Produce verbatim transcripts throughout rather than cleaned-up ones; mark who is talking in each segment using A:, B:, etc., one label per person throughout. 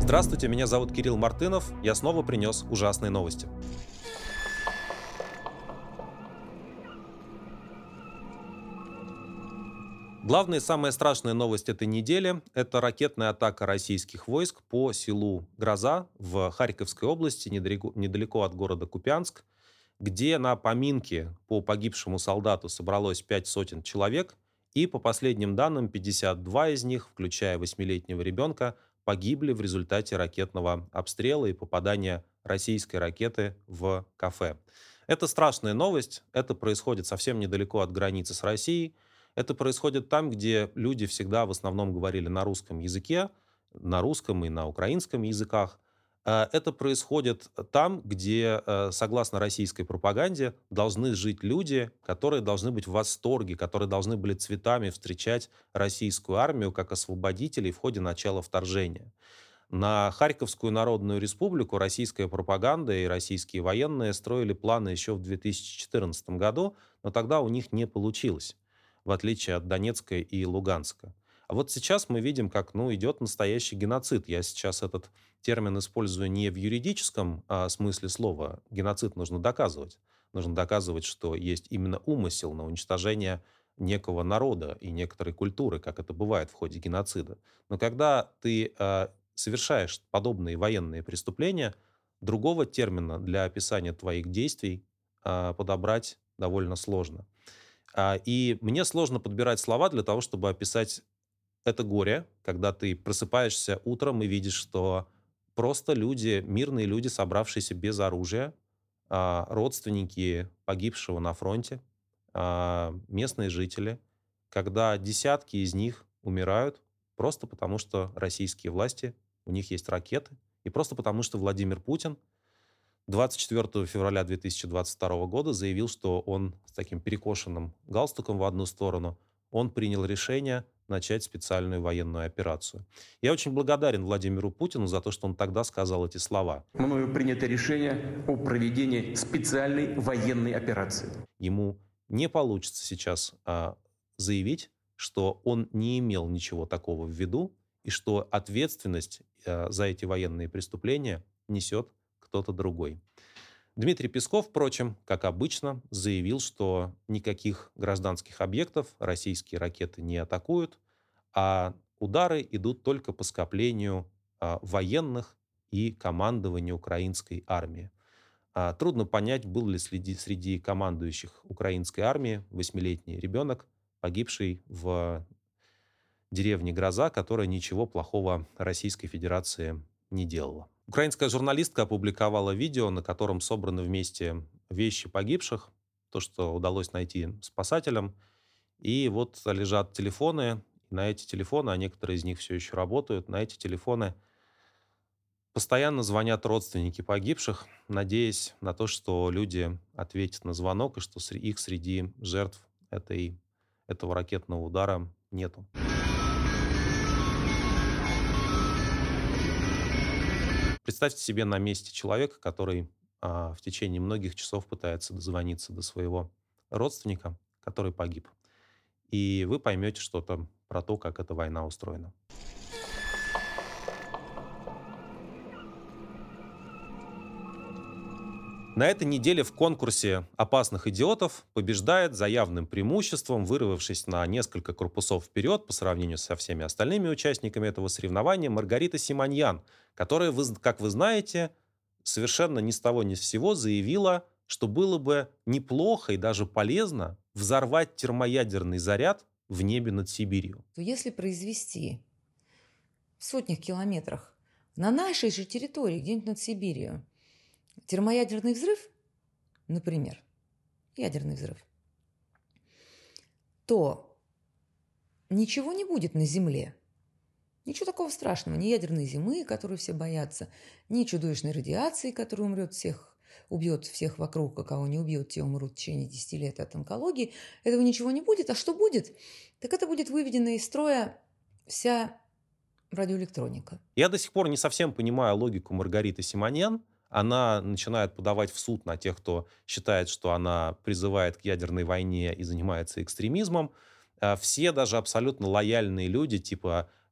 A: Здравствуйте, меня зовут Кирилл Мартынов. Я снова принес ужасные новости. Главная и самая страшная новость этой недели — это ракетная атака российских войск по селу Гроза в Харьковской области, недалеко, недалеко от города Купянск, где на поминки по погибшему солдату собралось пять сотен человек, и, по последним данным, пятьдесят два из них, включая восьмилетнего ребенка, погибли в результате ракетного обстрела и попадания российской ракеты в кафе. Это страшная новость, это происходит совсем недалеко от границы с Россией. Это происходит там, где люди всегда в основном говорили на русском языке, на русском и на украинском языках. Э, Это происходит там, где, э, согласно российской пропаганде, должны жить люди, которые должны быть в восторге, которые должны были цветами встречать российскую армию как освободителей в ходе начала вторжения. На Харьковскую Народную Республику российская пропаганда и российские военные строили планы еще в две тысячи четырнадцатом году, но тогда у них не получилось, в отличие от Донецка и Луганска. А вот сейчас мы видим, как ну, идет настоящий геноцид. Я сейчас этот термин использую не в юридическом а, смысле слова. Геноцид нужно доказывать. Нужно доказывать, что есть именно умысел на уничтожение некого народа и некоторой культуры, как это бывает в ходе геноцида. Но когда ты а, совершаешь подобные военные преступления, другого термина для описания твоих действий а, подобрать довольно сложно. А, И мне сложно подбирать слова для того, чтобы описать это горе, когда ты просыпаешься утром и видишь, что просто люди, мирные люди, собравшиеся без оружия, а, родственники погибшего на фронте, а, местные жители, когда десятки из них умирают просто потому, что российские власти, у них есть ракеты, и просто потому, что Владимир Путин двадцать четвёртого февраля две тысячи двадцать второго года заявил, что он с таким перекошенным галстуком в одну сторону, он принял решение начать специальную военную операцию. Я очень благодарен Владимиру Путину за то, что он тогда сказал эти слова.
B: Мною принято решение о проведении специальной военной операции.
A: Ему не получится сейчас а, заявить, что он не имел ничего такого в виду и что ответственность а, за эти военные преступления несет кто-то другой. Дмитрий Песков, впрочем, как обычно, заявил, что никаких гражданских объектов российские ракеты не атакуют, а удары идут только по скоплению а, военных и командования украинской армии. А, Трудно понять, был ли среди, среди командующих украинской армии восьмилетний ребенок, погибший в деревне Гроза, которая ничего плохого Российской Федерации не делала. Украинская журналистка опубликовала видео, на котором собраны вместе вещи погибших, то, что удалось найти спасателям. И вот лежат телефоны. На эти телефоны, а некоторые из них все еще работают, на эти телефоны постоянно звонят родственники погибших, надеясь на то, что люди ответят на звонок и что сре- их среди жертв этой, этого ракетного удара нету. Представьте себе на месте человека, который а, в течение многих часов пытается дозвониться до своего родственника, который погиб. И вы поймете что-то про то, как эта война устроена. На этой неделе в конкурсе «Опасных идиотов» побеждает за явным преимуществом, вырвавшись на несколько корпусов вперед по сравнению со всеми остальными участниками этого соревнования, Маргарита Симоньян, которая, вы- как вы знаете, совершенно ни с того ни с сего заявила, что было бы неплохо и даже полезно взорвать термоядерный заряд в небе над Сибирью.
C: То если произвести в сотнях километрах на нашей же территории, где-нибудь над Сибирью, термоядерный взрыв, например, ядерный взрыв, то ничего не будет на Земле. Ничего такого страшного. Ни ядерной зимы, которую все боятся, ни чудовищной радиации, которая умрет всех, убьет всех вокруг, а кого не убьет, те умрут в течение десяти лет от онкологии. Этого ничего не будет. А что будет? Так это будет выведена из строя вся радиоэлектроника.
A: Я до сих пор не совсем понимаю логику Маргариты Симоньян. Она начинает подавать в суд на тех, кто считает, что она призывает к ядерной войне и занимается экстремизмом. А Все даже абсолютно лояльные люди, типа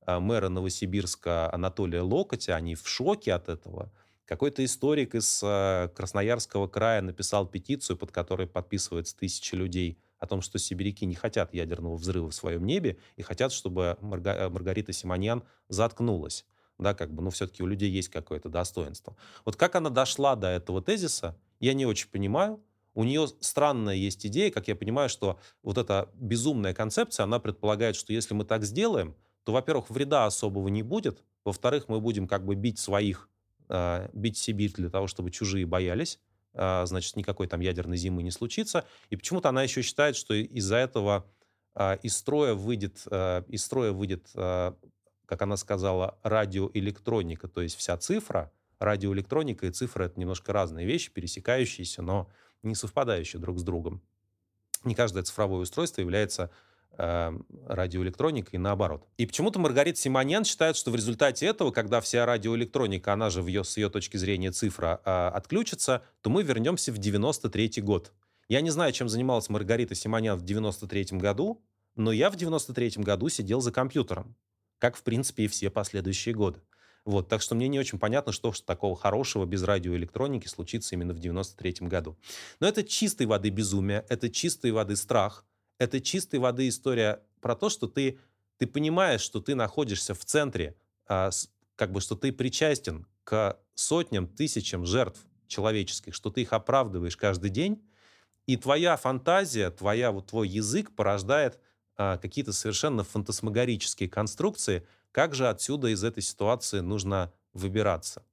A: а, мэра Новосибирска Анатолия Локотя, они в шоке от этого. Какой-то историк из а, Красноярского края написал петицию, под которой подписывается тысячи людей, о том, что сибиряки не хотят ядерного взрыва в своем небе и хотят, чтобы Марга- Маргарита Симоньян заткнулась. Да, как бы, ну, все-таки у людей есть какое-то достоинство. Вот как она дошла до этого тезиса, я не очень понимаю. У нее странная есть идея, как я понимаю, что вот эта безумная концепция, она предполагает, что если мы так сделаем, то, во-первых, вреда особого не будет, во-вторых, мы будем как бы бить своих, э, бить Сибирь для того, чтобы чужие боялись, а, значит, никакой там ядерной зимы не случится. И почему-то она еще считает, что из-за этого а, из строя выйдет, а, из строя выйдет, а, как она сказала, радиоэлектроника, то есть вся цифра. Радиоэлектроника и цифра — это немножко разные вещи, пересекающиеся, но не совпадающие друг с другом. Не каждое цифровое устройство является э, радиоэлектроникой и наоборот. И почему-то Маргарита Симоньян считает, что в результате этого, когда вся радиоэлектроника, она же в ее, с ее точки зрения цифра, э, отключится, то мы вернемся в девяносто третий год. Я не знаю, чем занималась Маргарита Симоньян в девяносто третьем году, но я в девяносто третьем году сидел за компьютером, как, в принципе, и все последующие годы. Вот, так что мне не очень понятно, что ж такого хорошего без радиоэлектроники случится именно в девяносто третьем году. Но это чистой воды безумие, это чистой воды страх, это чистой воды история про то, что ты, ты понимаешь, что ты находишься в центре, а, с- как бы, что ты причастен к сотням, тысячам жертв человеческих, что ты их оправдываешь каждый день, и твоя фантазия, твоя, вот твой язык порождает а, какие-то совершенно фантасмагорические конструкции, как же отсюда из этой ситуации нужно выбираться.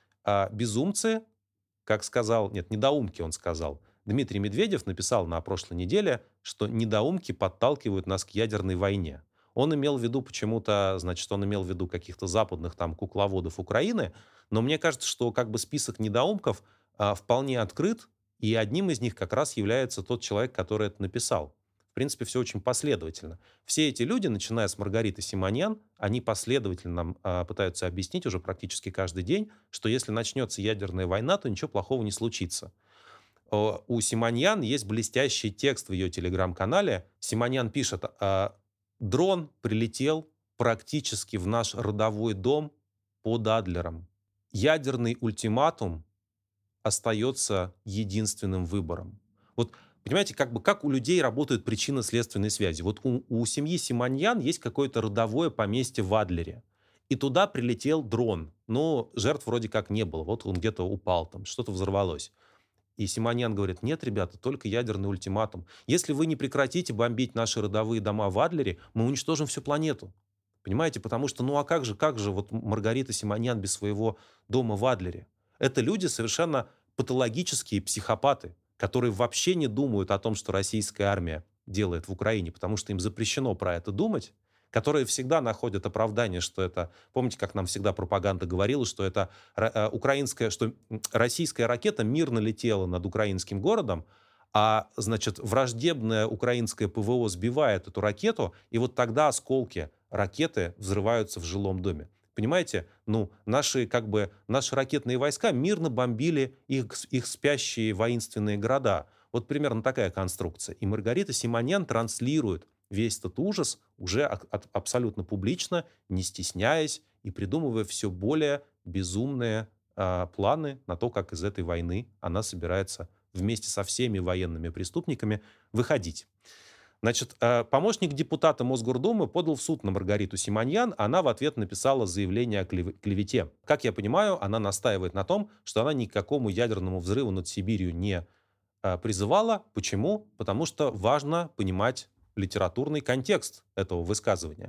A: А безумцы, как сказал, нет, недоумки он сказал. Дмитрий Медведев написал на прошлой неделе, что недоумки подталкивают нас к ядерной войне. Он имел в виду почему-то, значит, он имел в виду каких-то западных там кукловодов Украины, но мне кажется, что как бы список недоумков а, вполне открыт, и одним из них как раз является тот человек, который это написал. В принципе, все очень последовательно. Все эти люди, начиная с Маргариты Симоньян, они последовательно нам а, пытаются объяснить уже практически каждый день, что если начнется ядерная война, то ничего плохого не случится. О, У Симоньян есть блестящий текст в ее телеграм-канале. Симоньян пишет: а, дрон прилетел практически в наш родовой дом под Адлером. Ядерный ультиматум остается единственным выбором. Вот, понимаете, как бы как у людей работают причинно-следственные связи. Вот у, у семьи Симоньян есть какое-то родовое поместье в Адлере. И туда прилетел дрон. Но жертв вроде как не было. Вот он где-то упал, там что-то взорвалось. И Симоньян говорит: нет, ребята, только ядерный ультиматум. Если вы не прекратите бомбить наши родовые дома в Адлере, мы уничтожим всю планету. Понимаете? Потому что, ну а как же, как же вот Маргарита Симоньян без своего дома в Адлере? Это люди совершенно патологические психопаты, которые вообще не думают о том, что российская армия делает в Украине, потому что им запрещено про это думать, которые всегда находят оправдание, что это, помните, как нам всегда пропаганда говорила, что это ра- э, украинская, что м, российская ракета мирно летела над украинским городом, а, значит, враждебное украинское ПВО сбивает эту ракету, и вот тогда осколки ракеты взрываются в жилом доме. Понимаете, ну, наши, как бы, наши ракетные войска мирно бомбили их, их спящие воинственные города. Вот примерно такая конструкция. И Маргарита Симоньян транслирует весь этот ужас уже от- от- абсолютно публично, не стесняясь и придумывая все более безумные а, планы на то, как из этой войны она собирается вместе со всеми военными преступниками выходить. Значит, э, помощник депутата Мосгордумы подал в суд на Маргариту Симоньян. Она в ответ написала заявление о клев- клевете. Как я понимаю, она настаивает на том, что она ни к какому ядерному взрыву над Сибирью не э, призывала. Почему? Потому что важно понимать литературный контекст этого высказывания.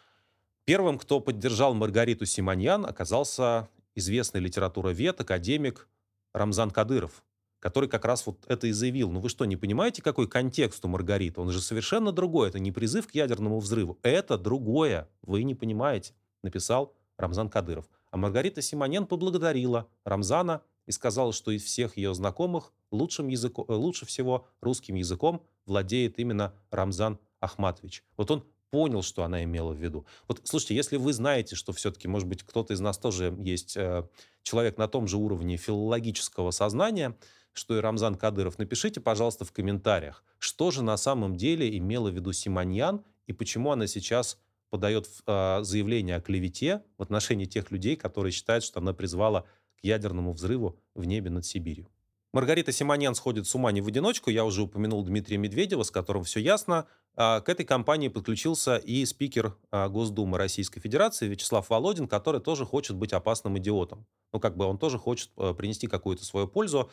A: Первым, кто поддержал Маргариту Симоньян, оказался известный литературовед, академик Рамзан Кадыров, который как раз вот это и заявил. Ну вы что, не понимаете, какой контекст у Маргариты? Он же совершенно другой. Это не призыв к ядерному взрыву. Это другое. Вы не понимаете, написал Рамзан Кадыров. А Маргарита Симоньян поблагодарила Рамзана и сказала, что из всех ее знакомых лучшим языко- э, лучше всего русским языком владеет именно Рамзан Ахматович. Вот он понял, что она имела в виду. Вот, слушайте, если вы знаете, что все-таки, может быть, кто-то из нас тоже есть э, человек на том же уровне филологического сознания, что и Рамзан Кадыров, напишите, пожалуйста, в комментариях, что же на самом деле имела в виду Симоньян и почему она сейчас подает э, заявление о клевете в отношении тех людей, которые считают, что она призвала к ядерному взрыву в небе над Сибирью. Маргарита Симоньян сходит с ума не в одиночку. Я уже упомянул Дмитрия Медведева, с которым все ясно. А, К этой кампании подключился и спикер а, Госдумы Российской Федерации Вячеслав Володин, который тоже хочет быть опасным идиотом. Ну, как бы он тоже хочет э, принести какую-то свою пользу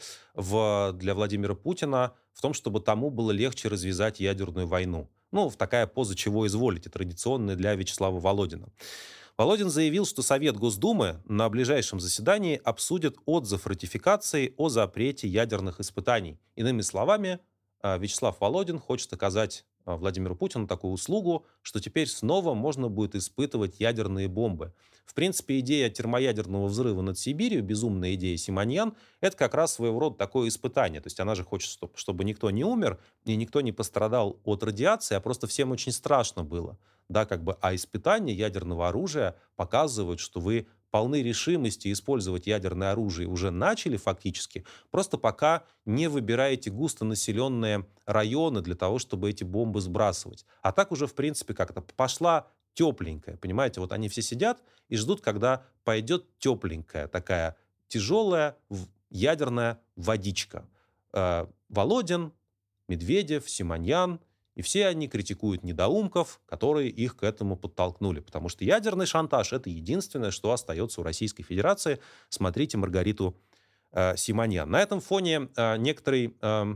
A: в, для Владимира Путина в том, чтобы тому было легче развязать ядерную войну. Ну, в такая поза «чего изволите», традиционная для Вячеслава Володина. Володин заявил, что Совет Госдумы на ближайшем заседании обсудит отзыв ратификации о запрете ядерных испытаний. Иными словами, а, Вячеслав Володин хочет оказать а, Владимиру Путину такую услугу, что теперь снова можно будет испытывать ядерные бомбы. В принципе, идея термоядерного взрыва над Сибирью, безумная идея Симоньян, это как раз своего рода такое испытание. То есть она же хочет, чтоб- чтобы никто не умер и никто не пострадал от радиации, а просто всем очень страшно было. Да, как бы, а испытания ядерного оружия показывают, что вы полны решимости использовать ядерное оружие уже начали фактически, просто пока не выбираете густонаселенные районы для того, чтобы эти бомбы сбрасывать. А так уже, в принципе, как-то пошла тепленькая, понимаете? Вот они все сидят и ждут, когда пойдет тепленькая такая тяжелая в- ядерная водичка. Э, Володин, Медведев, Симоньян, и все они критикуют недоумков, которые их к этому подтолкнули. Потому что ядерный шантаж — это единственное, что остается у Российской Федерации. Смотрите Маргариту э, Симоньян. На этом фоне э, некоторый, э,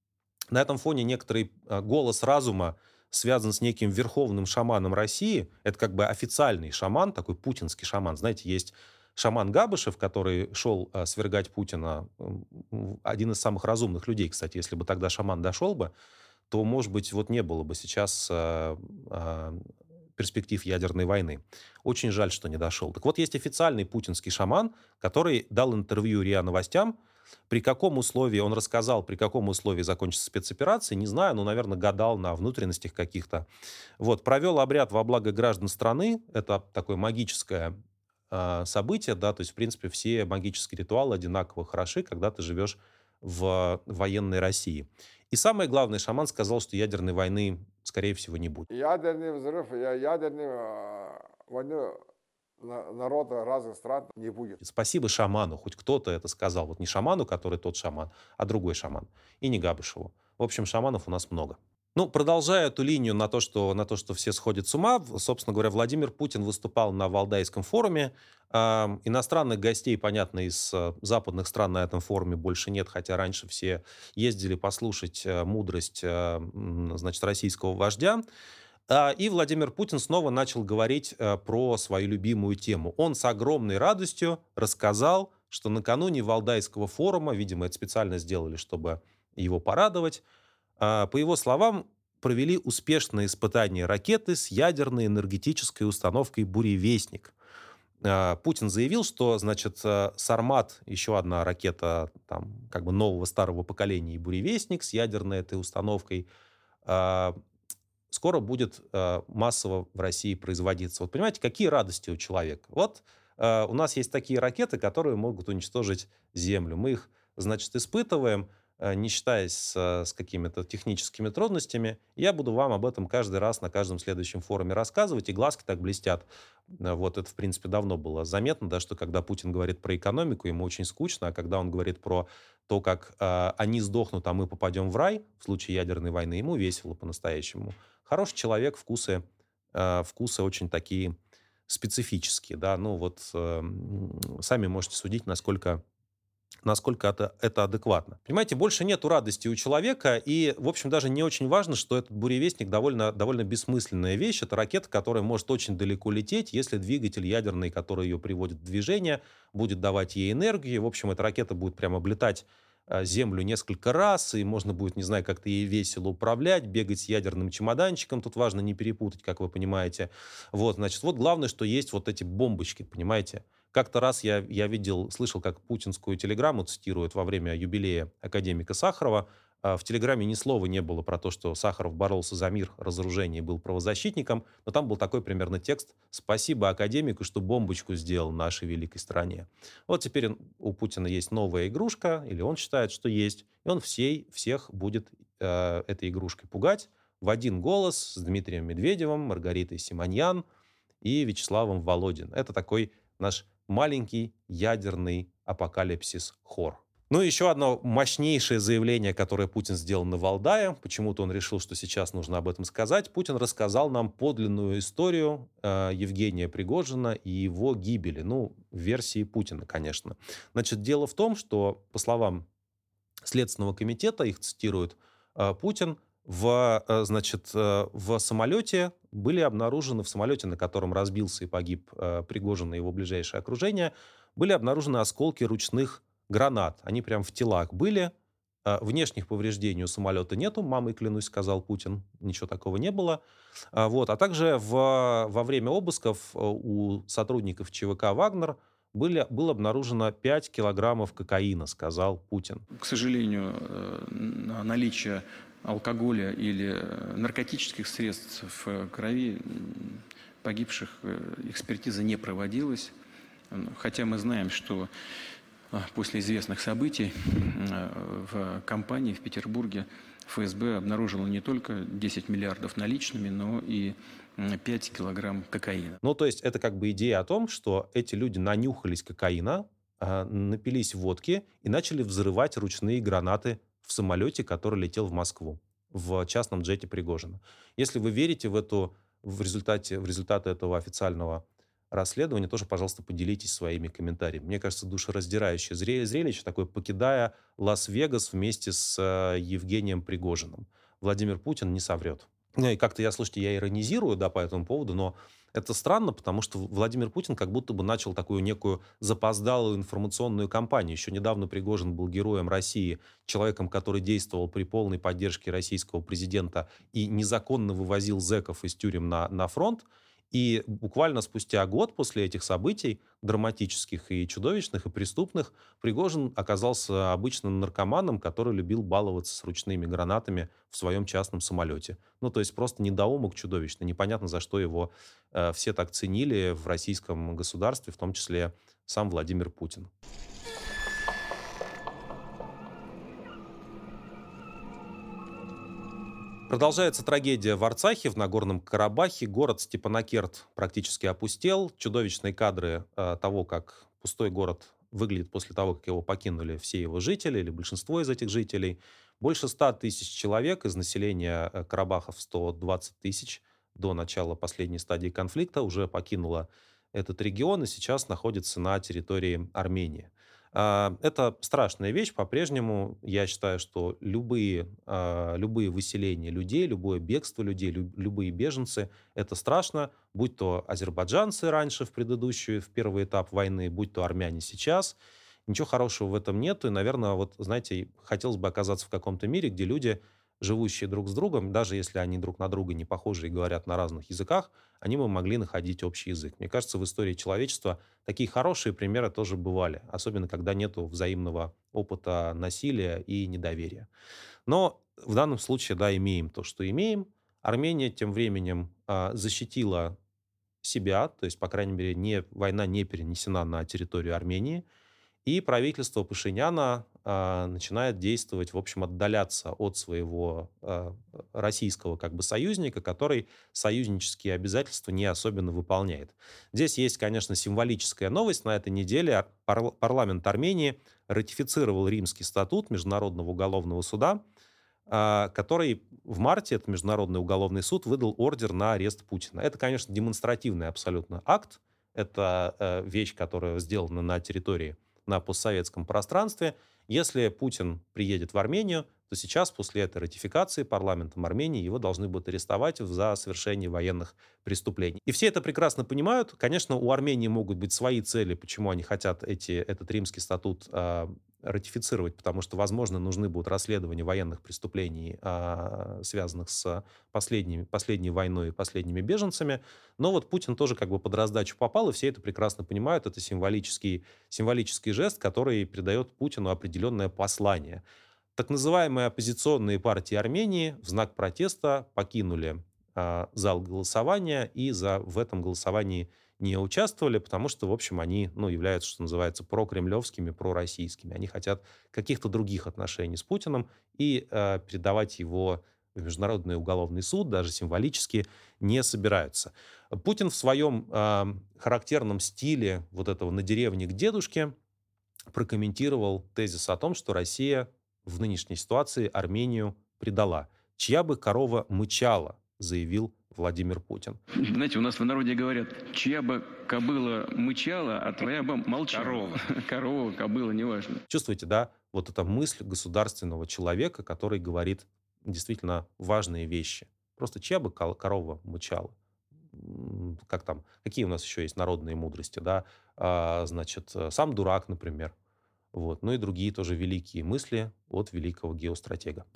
A: на этом фоне некоторый э, голос разума связан с неким верховным шаманом России. Это как бы официальный шаман, такой путинский шаман. Знаете, есть шаман Габышев, который шел э, свергать Путина. М, м, Один из самых разумных людей, кстати. Если бы тогда шаман дошел бы, то, может быть, вот не было бы сейчас а, а, перспектив ядерной войны. Очень жаль, что не дошел. Так вот, есть официальный путинский шаман, который дал интервью РИА Новостям. При каком условии, он рассказал, при каком условии закончится спецоперация, не знаю, но, наверное, гадал на внутренностях каких-то. Вот, провел обряд во благо граждан страны. Это такое магическое а, событие, да, то есть, в принципе, все магические ритуалы одинаково хороши, когда ты живешь в военной России. И самое главное, шаман сказал, что ядерной войны, скорее всего, не будет.
D: Ядерный взрыв, я- ядерный э, войны на- народа разных стран не будет.
A: Спасибо шаману, хоть кто-то это сказал. Вот не шаману, который тот шаман, а другой шаман. И не Габышеву. В общем, шаманов у нас много. Ну, продолжая эту линию на то, что, на то, что все сходят с ума, в- собственно говоря, Владимир Путин выступал на Валдайском форуме. Ам, иностранных гостей, понятно, из э, западных стран на этом форуме больше нет, хотя раньше все ездили послушать э, мудрость, э, м, значит, российского вождя. А, И Владимир Путин снова начал говорить э, про свою любимую тему. Он с огромной радостью рассказал, что накануне Валдайского форума, видимо, это специально сделали, чтобы его порадовать, а, по его словам, провели успешное испытание ракеты с ядерной энергетической установкой «Буревестник». А, Путин заявил, что, значит, э, «Сармат», еще одна ракета там, как бы нового старого поколения, и «Буревестник» с ядерной этой установкой, а, скоро будет э, массово в России производиться. Вот понимаете, какие радости у человека. Вот э, у нас есть такие ракеты, которые могут уничтожить Землю. Мы их, значит, испытываем, э, не считаясь с, э, с какими-то техническими трудностями. Я буду вам об этом каждый раз на каждом следующем форуме рассказывать, и глазки так блестят. Э, Вот это, в принципе, давно было заметно, да, что когда Путин говорит про экономику, ему очень скучно, а когда он говорит про то, как э, они сдохнут, а мы попадем в рай в случае ядерной войны, ему весело по-настоящему. Хороший человек, вкусы, э, вкусы очень такие специфические, да, ну вот э, м, сами можете судить, насколько, насколько это, это адекватно. Понимаете, больше нету радости у человека, и, в общем, даже не очень важно, что этот буревестник довольно, довольно бессмысленная вещь. Это ракета, которая может очень далеко лететь, если двигатель ядерный, который ее приводит в движение, будет давать ей энергию. В общем, эта ракета будет прямо облетать э, Землю несколько раз, и можно будет, не знаю, как-то ей весело управлять, бегать с ядерным чемоданчиком. Тут важно не перепутать, как вы понимаете. Вот, значит, вот главное, что есть вот эти бомбочки, понимаете? Как-то раз я, я видел, слышал, как путинскую телеграмму цитируют во время юбилея академика Сахарова. А В телеграмме ни слова не было про то, что Сахаров боролся за мир, разоружение и был правозащитником, но там был такой примерно текст: «Спасибо академику, что бомбочку сделал нашей великой стране». Вот теперь он- у Путина есть новая игрушка, или он считает, что есть, и он всей, всех будет э, этой игрушкой пугать. в один голос с Дмитрием Медведевым, Маргаритой Симоньян и Вячеславом Володин. Это такой наш маленький ядерный апокалипсис-хор. Ну и еще одно мощнейшее заявление, которое Путин сделал на Валдае. Почему-то он решил, что сейчас нужно об этом сказать. Путин рассказал нам подлинную историю э, Евгения Пригожина и его гибели. Ну, в версии Путина, конечно. Значит, дело в том, что, по словам Следственного комитета, их цитирует э, Путин, в, э, значит, э, в самолете были обнаружены, в самолете, на котором разбился и погиб э, Пригожин и его ближайшее окружение, были обнаружены осколки ручных гранат. Они прям в телах были. Э, внешних повреждений у самолета нету, мамой клянусь, сказал Путин. Ничего такого не было. А, вот. А также в, во время обысков э, у сотрудников ЧВК «Вагнер» Были, было обнаружено пять килограммов кокаина, сказал Путин.
E: К сожалению, наличие алкоголя или наркотических средств в крови погибших экспертиза не проводилась. Хотя мы знаем, что после известных событий в компании в Петербурге ФСБ обнаружило не только десять миллиардов наличными, но и пять килограмм кокаина.
A: Ну, то есть это как бы идея о том, что эти люди нанюхались кокаина, напились водки и начали взрывать ручные гранаты в самолете, который летел в Москву, в частном джете Пригожина. Если вы верите в эту, в результате, в результаты этого официального расследования, тоже, пожалуйста, поделитесь своими комментариями. Мне кажется, душераздирающее зрелище, такое, покидая Лас-Вегас вместе с Евгением Пригожиным. Владимир Путин не соврет. Ну, и как-то я, слушайте, я иронизирую, да, по этому поводу, но это странно, потому что Владимир Путин как будто бы начал такую некую запоздалую информационную кампанию. Еще недавно Пригожин был героем России, человеком, который действовал при полной поддержке российского президента и незаконно вывозил зэков из тюрем на, на фронт. И буквально спустя год после этих событий, драматических и чудовищных, и преступных, Пригожин оказался обычным наркоманом, который любил баловаться с ручными гранатами в своем частном самолете. Ну, то есть просто недоумок чудовищный. Непонятно, за что его э, все так ценили в российском государстве, в том числе сам Владимир Путин. Продолжается трагедия в Арцахе, в Нагорном Карабахе. Город Степанакерт практически опустел. Чудовищные кадры э, того, как пустой город выглядит после того, как его покинули все его жители или большинство из этих жителей. Больше ста тысяч человек из населения Карабаха в сто двадцать тысяч до начала последней стадии конфликта уже покинуло этот регион и сейчас находится на территории Армении. Это страшная вещь. По-прежнему я считаю, что любые, любые выселения людей, любое бегство людей, любые беженцы — это страшно. Будь то азербайджанцы раньше, в предыдущий, в первый этап войны, будь то армяне сейчас. Ничего хорошего в этом нет. И, наверное, вот, знаете, хотелось бы оказаться в каком-то мире, где люди, живущие друг с другом, даже если они друг на друга не похожи и говорят на разных языках, они бы могли находить общий язык. Мне кажется, в истории человечества такие хорошие примеры тоже бывали, особенно когда нет взаимного опыта насилия и недоверия. Но в данном случае, да, имеем то, что имеем. Армения тем временем э, защитила себя, то есть, по крайней мере, не, война не перенесена на территорию Армении. И правительство Пашиняна э, начинает действовать, в общем, отдаляться от своего э, российского как бы союзника, который союзнические обязательства не особенно выполняет. Здесь есть, конечно, символическая новость. На этой неделе пар- парламент Армении ратифицировал Римский статут Международного уголовного суда, э, который в марте, этот Международный уголовный суд, выдал ордер на арест Путина. Это, конечно, демонстративный абсолютно акт. Это э, вещь, которая сделана на территории, на постсоветском пространстве. Если Путин приедет в Армению, то сейчас, после этой ратификации парламентом Армении, его должны будут арестовать за совершение военных преступлений. И все это прекрасно понимают. Конечно, у Армении могут быть свои цели, почему они хотят эти, этот Римский статут э, ратифицировать, потому что, возможно, нужны будут расследования военных преступлений, э, связанных с последними, последней войной и последними беженцами. Но вот Путин тоже как бы под раздачу попал, и все это прекрасно понимают. Это символический, символический жест, который придает Путину определенное послание. Так называемые оппозиционные партии Армении в знак протеста покинули э, зал голосования и за, в этом голосовании не участвовали, потому что, в общем, они ну, являются, что называется, прокремлевскими, пророссийскими. Они хотят каких-то других отношений с Путиным и э, передавать его в Международный уголовный суд, даже символически, не собираются. Путин в своем э, характерном стиле вот этого «на деревне к дедушке» прокомментировал тезис о том, что Россия в нынешней ситуации Армению предала. «Чья бы корова мычала», заявил Владимир Путин.
E: Знаете, у нас в народе говорят, чья бы кобыла мычала, а твоя бы молчала. Корова. Корова, кобыла, неважно.
A: Чувствуете, да, вот эта мысль государственного человека, который говорит действительно важные вещи. Просто чья бы корова мычала? Как там, какие у нас еще есть народные мудрости, да? А, значит, сам дурак, например. Вот. Ну и другие тоже великие мысли от великого геостратега.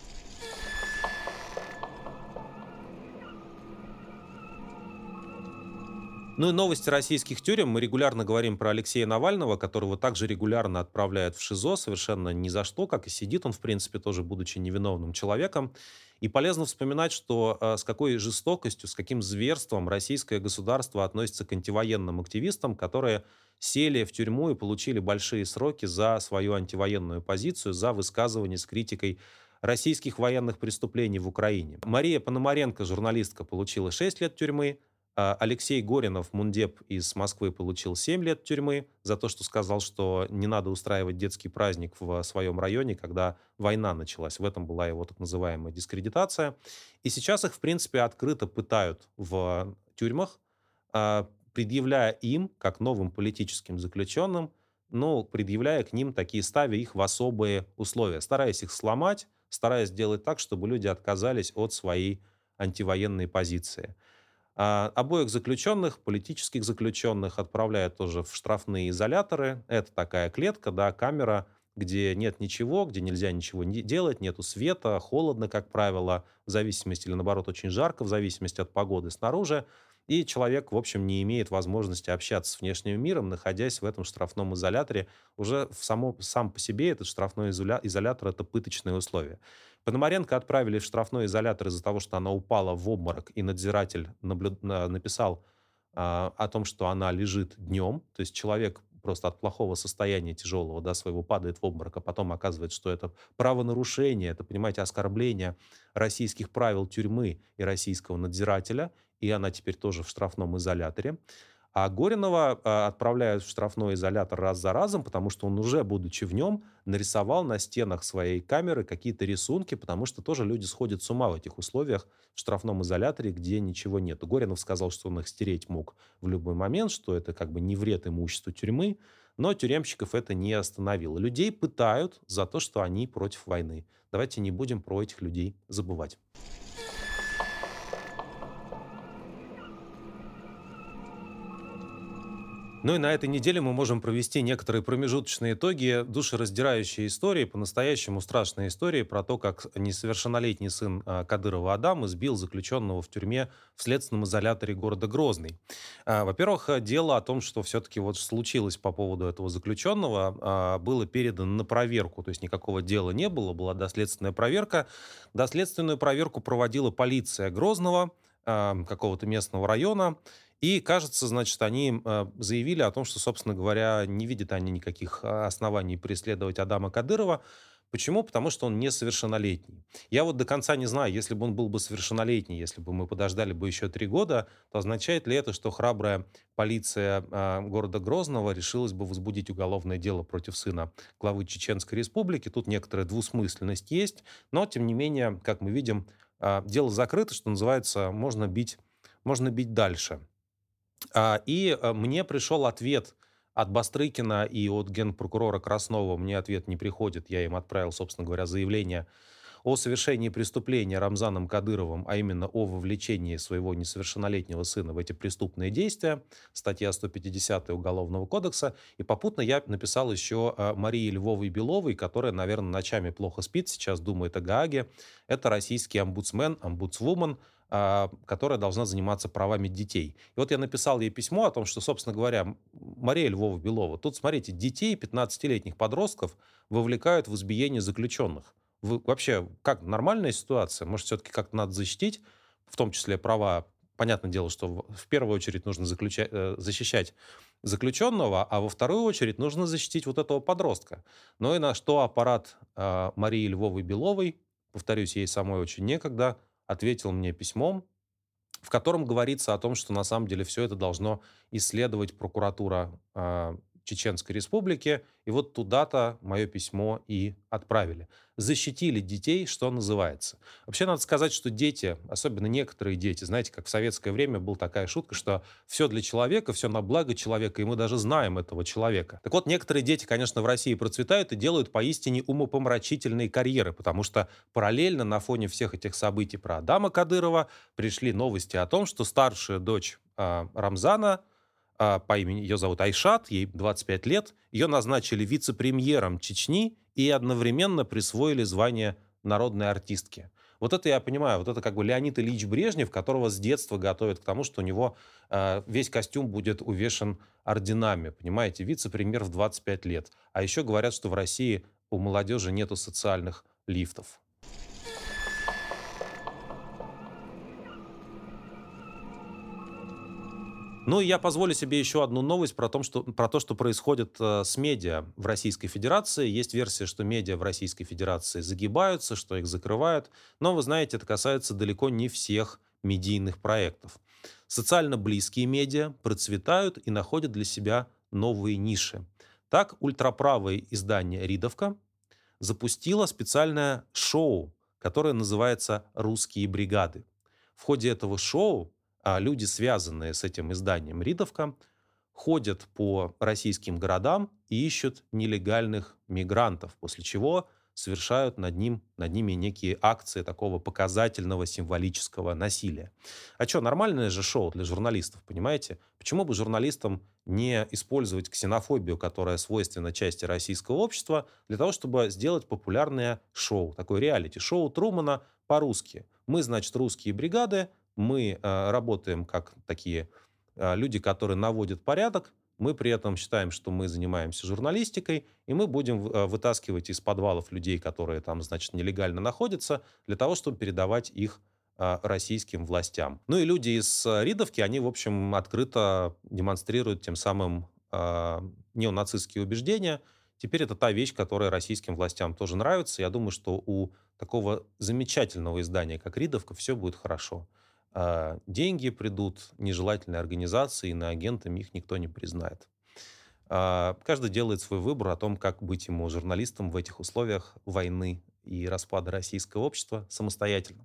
A: Ну и новости российских тюрем. Мы регулярно говорим про Алексея Навального, которого также регулярно отправляют в ШИЗО, совершенно ни за что, как и сидит он, в принципе, тоже будучи невиновным человеком. И полезно вспоминать, что э, с какой жестокостью, с каким зверством российское государство относится к антивоенным активистам, которые сели в тюрьму и получили большие сроки за свою антивоенную позицию, за высказывание с критикой российских военных преступлений в Украине. Мария Пономаренко, журналистка, получила шесть лет тюрьмы. Алексей Горинов, мундеп из Москвы, получил семь лет тюрьмы за то, что сказал, что не надо устраивать детский праздник в своем районе, когда война началась. В этом была его так называемая дискредитация. И сейчас их, в принципе, открыто пытают в тюрьмах, предъявляя им, как новым политическим заключенным, ну, предъявляя к ним такие, ставя их в особые условия, стараясь их сломать, стараясь сделать так, чтобы люди отказались от своей антивоенной позиции. А обоих заключенных, политических заключенных, отправляют тоже в штрафные изоляторы. Это такая клетка, да, камера, где нет ничего, где нельзя ничего не делать, нету света, холодно, как правило, в зависимости или, наоборот, очень жарко, в зависимости от погоды снаружи. И человек, в общем, не имеет возможности общаться с внешним миром, находясь в этом штрафном изоляторе. Уже в само, сам по себе этот штрафной изолятор – это пыточные условия. Пономаренко отправили в штрафной изолятор из-за того, что она упала в обморок, и надзиратель наблю... написал а, о том, что она лежит днем. То есть человек просто от плохого состояния тяжелого, да, своего падает в обморок, а потом оказывается, что это правонарушение, это, понимаете, оскорбление российских правил тюрьмы и российского надзирателя, и она теперь тоже в штрафном изоляторе. А Горинова а, отправляют в штрафной изолятор раз за разом, потому что он уже, будучи в нем, нарисовал на стенах своей камеры какие-то рисунки, потому что тоже люди сходят с ума в этих условиях в штрафном изоляторе, где ничего нет. Горинов сказал, что он их стереть мог в любой момент, что это как бы не вред имуществу тюрьмы, но тюремщиков это не остановило. Людей пытают за то, что они против войны. Давайте не будем про этих людей забывать. Ну и на этой неделе мы можем провести некоторые промежуточные итоги, душераздирающие истории, по-настоящему страшные истории про то, как несовершеннолетний сын Кадырова Адам избил заключенного в тюрьме в следственном изоляторе города Грозный. Во-первых, дело о том, что все-таки вот случилось по поводу этого заключенного, было передано на проверку, то есть никакого дела не было, была доследственная проверка. Доследственную проверку проводила полиция Грозного, какого-то местного района. И, кажется, значит, они э, заявили о том, что, собственно говоря, не видят они никаких оснований преследовать Адама Кадырова. Почему? Потому что он несовершеннолетний. Я вот до конца не знаю, если бы он был бы совершеннолетний, если бы мы подождали бы еще три года, то означает ли это, что храбрая полиция э, города Грозного решилась бы возбудить уголовное дело против сына главы Чеченской Республики? Тут некоторая двусмысленность есть, но, тем не менее, как мы видим, э, дело закрыто, что называется, можно бить, можно бить дальше. И мне пришел ответ от Бастрыкина и от генпрокурора Краснова. Мне ответ не приходит. Я им отправил, собственно говоря, заявление о совершении преступления Рамзаном Кадыровым, а именно о вовлечении своего несовершеннолетнего сына в эти преступные действия. Статья сто пятьдесят Уголовного кодекса. И попутно я написал еще Марии Львовой-Беловой, которая, наверное, ночами плохо спит, сейчас думает о Гааге. Это российский омбудсмен, омбудсвумен, которая должна заниматься правами детей. И вот я написал ей письмо о том, что, собственно говоря, Мария Львова-Белова, тут, смотрите, детей, пятнадцатилетних подростков вовлекают в избиение заключенных. Вы, вообще, как нормальная ситуация? Может, все-таки как-то надо защитить, в том числе права. Понятное дело, что в первую очередь нужно заключать, защищать заключенного, а во вторую очередь нужно защитить вот этого подростка. Ну и на что аппарат Марии Львовой-Беловой, повторюсь, ей самой очень некогда, ответил мне письмом, в котором говорится о том, что на самом деле все это должно исследовать прокуратура а, Чеченской Республики. И вот туда-то мое письмо и отправили. Защитили детей, что называется. Вообще надо сказать, что дети, особенно некоторые дети, знаете, как в советское время была такая шутка, что все для человека, все на благо человека, и мы даже знаем этого человека. Так вот, некоторые дети, конечно, в России процветают и делают поистине умопомрачительные карьеры, потому что параллельно на фоне всех этих событий про Адама Кадырова пришли новости о том, что старшая дочь а, Рамзана, а, по имени, ее зовут Айшат, ей двадцать пять лет, ее назначили вице-премьером Чечни и одновременно присвоили звание народной артистки. Вот это я понимаю, вот это как бы Леонид Ильич Брежнев, которого с детства готовят к тому, что у него э, весь костюм будет увешан орденами, понимаете, вице-премьер в двадцать пять лет. А еще говорят, что в России у молодежи нету социальных лифтов. Ну и я позволю себе еще одну новость про, том, что, про то, что происходит э, с медиа в Российской Федерации. Есть версия, что медиа в Российской Федерации загибаются, что их закрывают. Но, вы знаете, это касается далеко не всех медийных проектов. Социально близкие медиа процветают и находят для себя новые ниши. Так, ультраправое издание «Ридовка» запустило специальное шоу, которое называется «Русские бригады». В ходе этого шоу а люди, связанные с этим изданием «Ридовка», ходят по российским городам и ищут нелегальных мигрантов, после чего совершают над, ним, над ними некие акции такого показательного символического насилия. А что, нормальное же шоу для журналистов, понимаете? Почему бы журналистам не использовать ксенофобию, которая свойственна части российского общества, для того, чтобы сделать популярное шоу, такое реалити-шоу Трумана по-русски? Мы, значит, русские бригады, мы э, работаем как такие э, люди, которые наводят порядок, мы при этом считаем, что мы занимаемся журналистикой, и мы будем э, вытаскивать из подвалов людей, которые там, значит, нелегально находятся, для того, чтобы передавать их э, российским властям. Ну и люди из э, Ридовки, они, в общем, открыто демонстрируют тем самым э, неонацистские убеждения. Теперь это та вещь, которая российским властям тоже нравится. Я думаю, что у такого замечательного издания, как Ридовка, все будет хорошо. Деньги придут, нежелательные организации, иноагентами их никто не признает. Каждый делает свой выбор о том, как быть ему журналистом в этих условиях войны и распада российского общества самостоятельно.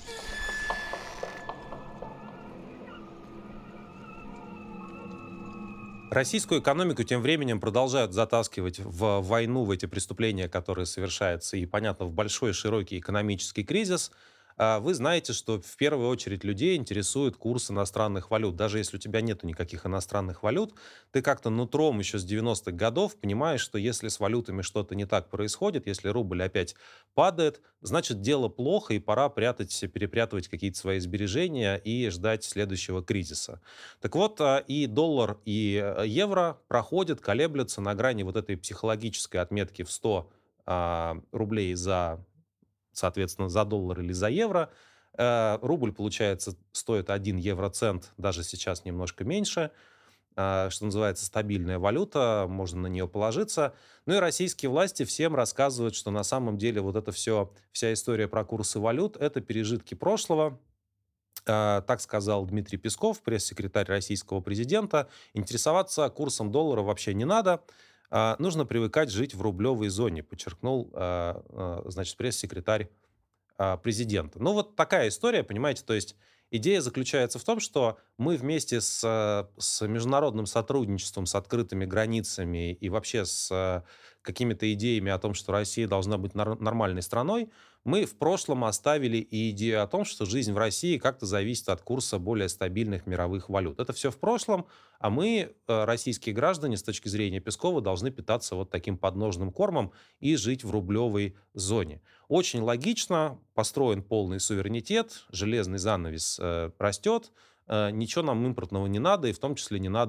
A: Российскую экономику тем временем продолжают затаскивать в войну, в эти преступления, которые совершаются, и, понятно, в большой широкий экономический кризис. Вы знаете, что в первую очередь людей интересует курс иностранных валют. Даже если у тебя нет никаких иностранных валют, ты как-то нутром еще с девяностых годов понимаешь, что если с валютами что-то не так происходит, если рубль опять падает, значит, дело плохо, и пора прятать, перепрятывать какие-то свои сбережения и ждать следующего кризиса. Так вот, и доллар, и евро проходят, колеблются на грани вот этой психологической отметки в сто рублей за соответственно, за доллар или за евро. Рубль, получается, стоит один евроцент, даже сейчас немножко меньше. Что называется, стабильная валюта, можно на нее положиться. Ну и российские власти всем рассказывают, что на самом деле вот это все, вся история про курсы валют, это пережитки прошлого. Так сказал Дмитрий Песков, пресс-секретарь российского президента. Интересоваться курсом доллара вообще не надо. Нужно привыкать жить в рублевой зоне, подчеркнул, значит, пресс-секретарь президента. Ну, вот такая история, понимаете, то есть идея заключается в том, что мы вместе с, с международным сотрудничеством, с открытыми границами и вообще с какими-то идеями о том, что Россия должна быть нормальной страной, мы в прошлом оставили и идею о том, что жизнь в России как-то зависит от курса более стабильных мировых валют. Это все в прошлом, а мы, российские граждане, с точки зрения Пескова, должны питаться вот таким подножным кормом и жить в рублевой зоне. Очень логично, построен полный суверенитет, железный занавес э, растет, э, ничего нам импортного не надо, и в том числе не надо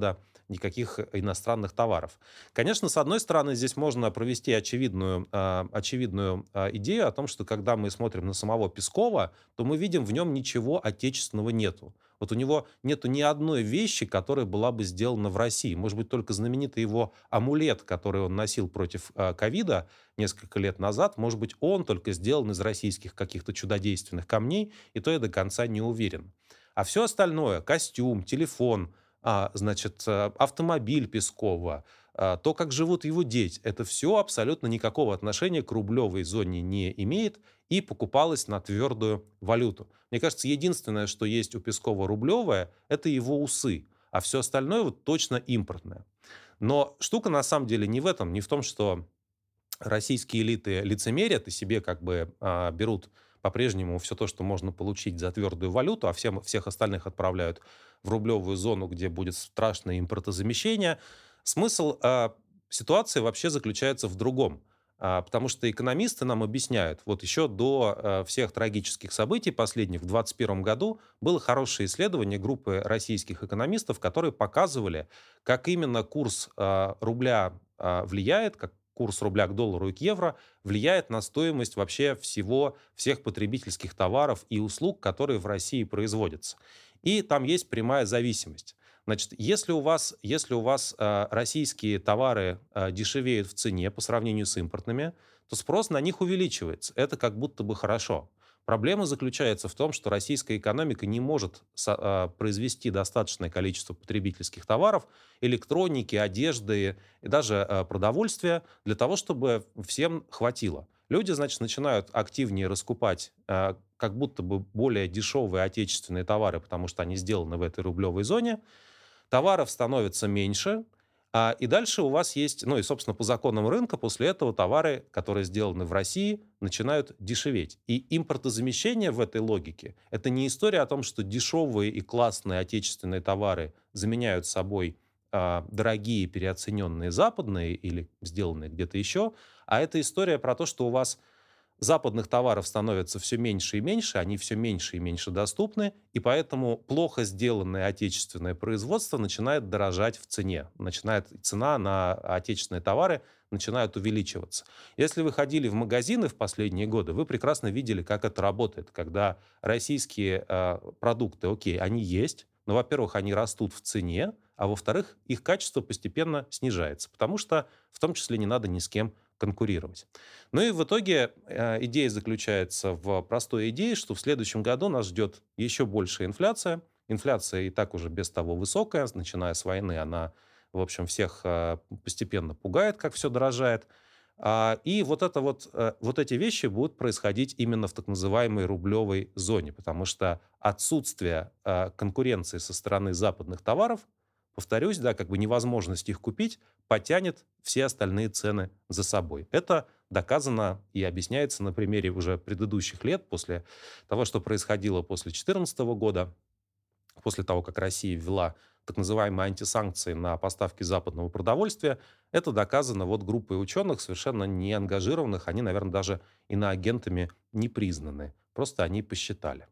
A: никаких иностранных товаров. Конечно, с одной стороны, здесь можно провести очевидную, э, очевидную э, идею о том, что когда мы смотрим на самого Пескова, то мы видим в нем ничего отечественного нету. Вот у него нету ни одной вещи, которая была бы сделана в России. Может быть, только знаменитый его амулет, который он носил против э, ковида несколько лет назад, может быть, он только сделан из российских каких-то чудодейственных камней, и то я до конца не уверен. А все остальное, костюм, телефон, а, значит, э, автомобиль Пескова, а, то, как живут его дети, это все абсолютно никакого отношения к рублевой зоне не имеет и покупалось на твердую валюту. Мне кажется, единственное, что есть у Пескова рублевое, это его усы, а все остальное вот точно импортное. Но штука на самом деле не в этом, не в том, что российские элиты лицемерят и себе как бы а, берут по-прежнему все то, что можно получить за твердую валюту, а всем, всех остальных отправляют в рублевую зону, где будет страшное импортозамещение. Смысл а, ситуации вообще заключается в другом. А, потому что экономисты нам объясняют, вот еще до а, всех трагических событий последних в двадцать первом году было хорошее исследование группы российских экономистов, которые показывали, как именно курс а, рубля а, влияет, как курс рубля к доллару и к евро влияет на стоимость вообще всего, всех потребительских товаров и услуг, которые в России производятся. И там есть прямая зависимость. Значит, если у вас, если у вас э, российские товары э, дешевеют в цене по сравнению с импортными, то спрос на них увеличивается. Это как будто бы хорошо. Проблема заключается в том, что российская экономика не может со- э, произвести достаточное количество потребительских товаров, электроники, одежды и даже э, продовольствия для того, чтобы всем хватило. Люди, значит, начинают активнее раскупать э, как будто бы более дешевые отечественные товары, потому что они сделаны в этой рублевой зоне. Товаров становится меньше, а, и дальше у вас есть, ну и, собственно, по законам рынка после этого товары, которые сделаны в России, начинают дешеветь. И импортозамещение в этой логике — это не история о том, что дешевые и классные отечественные товары заменяют собой а, дорогие переоцененные западные или сделанные где-то еще, а это история про то, что у вас западных товаров становится все меньше и меньше, они все меньше и меньше доступны, и поэтому плохо сделанное отечественное производство начинает дорожать в цене. Начинает цена на отечественные товары начинает увеличиваться. Если вы ходили в магазины в последние годы, вы прекрасно видели, как это работает, когда российские э, продукты, окей, они есть, но, во-первых, они растут в цене, а во-вторых, их качество постепенно снижается, потому что в том числе не надо ни с кем конкурировать. Ну и в итоге э, идея заключается в простой идее, что в следующем году нас ждет еще большая инфляция. Инфляция и так уже без того высокая, начиная с войны, она, в общем, всех э, постепенно пугает, как все дорожает. А, и вот, это вот, э, вот эти вещи будут происходить именно в так называемой рублевой зоне, потому что отсутствие э, конкуренции со стороны западных товаров, повторюсь, да, как бы невозможность их купить, потянет все остальные цены за собой. Это доказано и объясняется на примере уже предыдущих лет, после того, что происходило после две тысячи четырнадцатого года, после того, как Россия ввела так называемые антисанкции на поставки западного продовольствия. Это доказано вот группой ученых, совершенно не ангажированных, они, наверное, даже иноагентами не признаны. Просто они посчитали.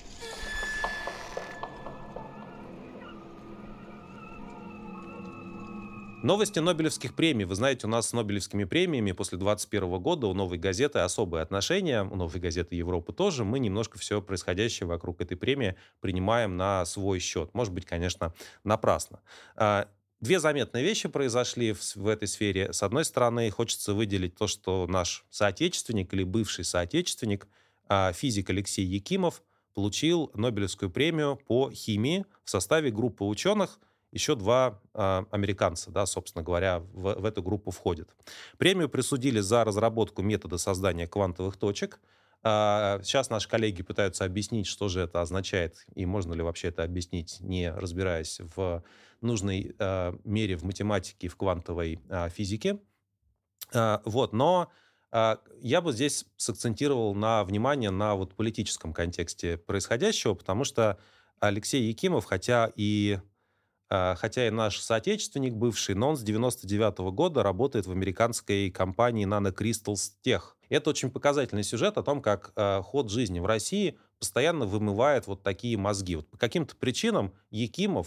A: Новости Нобелевских премий. Вы знаете, у нас с Нобелевскими премиями после двадцать первого года у «Новой газеты» особые отношения, у «Новой газеты Европы» тоже. Мы немножко все происходящее вокруг этой премии принимаем на свой счет. Может быть, конечно, напрасно. А, Две заметные вещи произошли в, в этой сфере. С одной стороны, хочется выделить то, что наш соотечественник или бывший соотечественник, а, физик Алексей Якимов, получил Нобелевскую премию по химии в составе группы ученых. Еще два э, американца, да, собственно говоря, в, в эту группу входят. Премию присудили за разработку метода создания квантовых точек. А, сейчас наши коллеги пытаются объяснить, что же это означает, и можно ли вообще это объяснить, не разбираясь в нужной э, мере в математике и в квантовой э, физике. А, вот, но э, я бы здесь сакцентировал на внимание на вот политическом контексте происходящего, потому что Алексей Якимов, хотя и Хотя и наш соотечественник бывший, но он с девяносто девятого года работает в американской компании Nanocrystals Tech. Это очень показательный сюжет о том, как э, ход жизни в России постоянно вымывает вот такие мозги. Вот по каким-то причинам Якимов